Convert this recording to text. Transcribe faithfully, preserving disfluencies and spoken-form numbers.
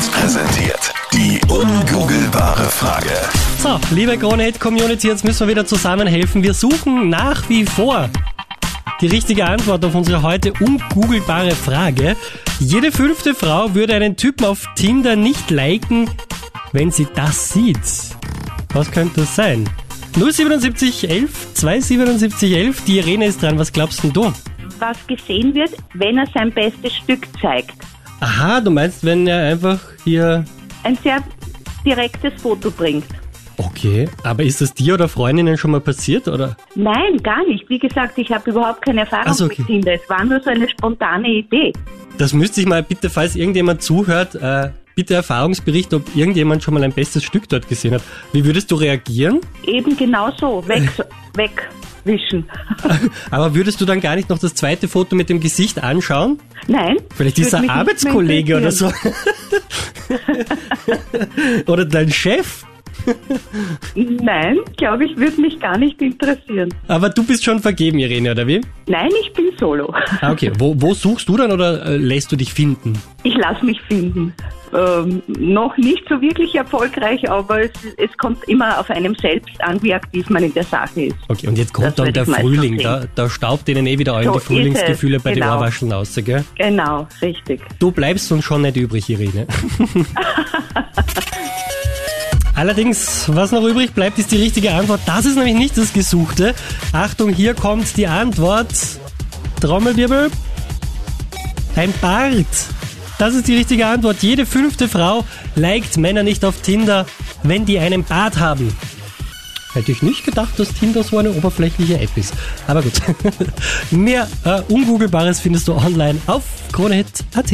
Hit präsentiert die ungoogelbare Frage. So, liebe Krone Hit Community, jetzt müssen wir wieder zusammen helfen. Wir suchen nach wie vor die richtige Antwort auf unsere heute ungoogelbare Frage. Jede fünfte Frau würde einen Typen auf Tinder nicht liken, wenn sie das sieht. Was könnte das sein? null siebenundsiebzig elf zweihundertsiebenundsiebzig elf, die Irene ist dran. Was glaubst denn du? Was gesehen wird, wenn er sein bestes Stück zeigt. Aha, du meinst, wenn er einfach hier... Ein sehr direktes Foto bringt. Okay, aber ist das dir oder Freundinnen schon mal passiert, oder? Nein, gar nicht. Wie gesagt, ich habe überhaupt keine Erfahrung Ach so, okay. mit Tinder. Es war nur so eine spontane Idee. Das müsste ich mal bitte, falls irgendjemand zuhört, äh, bitte Erfahrungsbericht, ob irgendjemand schon mal ein bestes Stück dort gesehen hat. Wie würdest du reagieren? Eben genau so. Weg, wegwischen. Aber würdest du dann gar nicht noch das zweite Foto mit dem Gesicht anschauen? Nein. Vielleicht ist er Arbeitskollege oder so. Oder dein Chef? Nein, glaube ich, würde mich gar nicht interessieren. Aber du bist schon vergeben, Irene, oder wie? Nein, ich bin solo. Ah, okay. Wo, wo suchst du dann oder äh, lässt du dich finden? Ich lasse mich finden. Ähm, noch nicht so wirklich erfolgreich, aber es, es kommt immer auf einem selbst an, wie aktiv man in der Sache ist. Okay, und jetzt kommt Das dann würde der ich meistens Frühling. sehen. Da, da staubt denen eh wieder allen So die ist Frühlingsgefühle es, bei den genau. Ohrwascheln raus, gell? Genau, richtig. Du bleibst uns schon nicht übrig, Irene. Allerdings, was noch übrig bleibt, ist die richtige Antwort. Das ist nämlich nicht das Gesuchte. Achtung, hier kommt die Antwort. Trommelwirbel. Ein Bart. Das ist die richtige Antwort. Jede fünfte Frau liked Männer nicht auf Tinder, wenn die einen Bart haben. Hätte ich nicht gedacht, dass Tinder so eine oberflächliche App ist. Aber gut. Mehr äh, Ungoogelbares findest du online auf kronehit punkt at.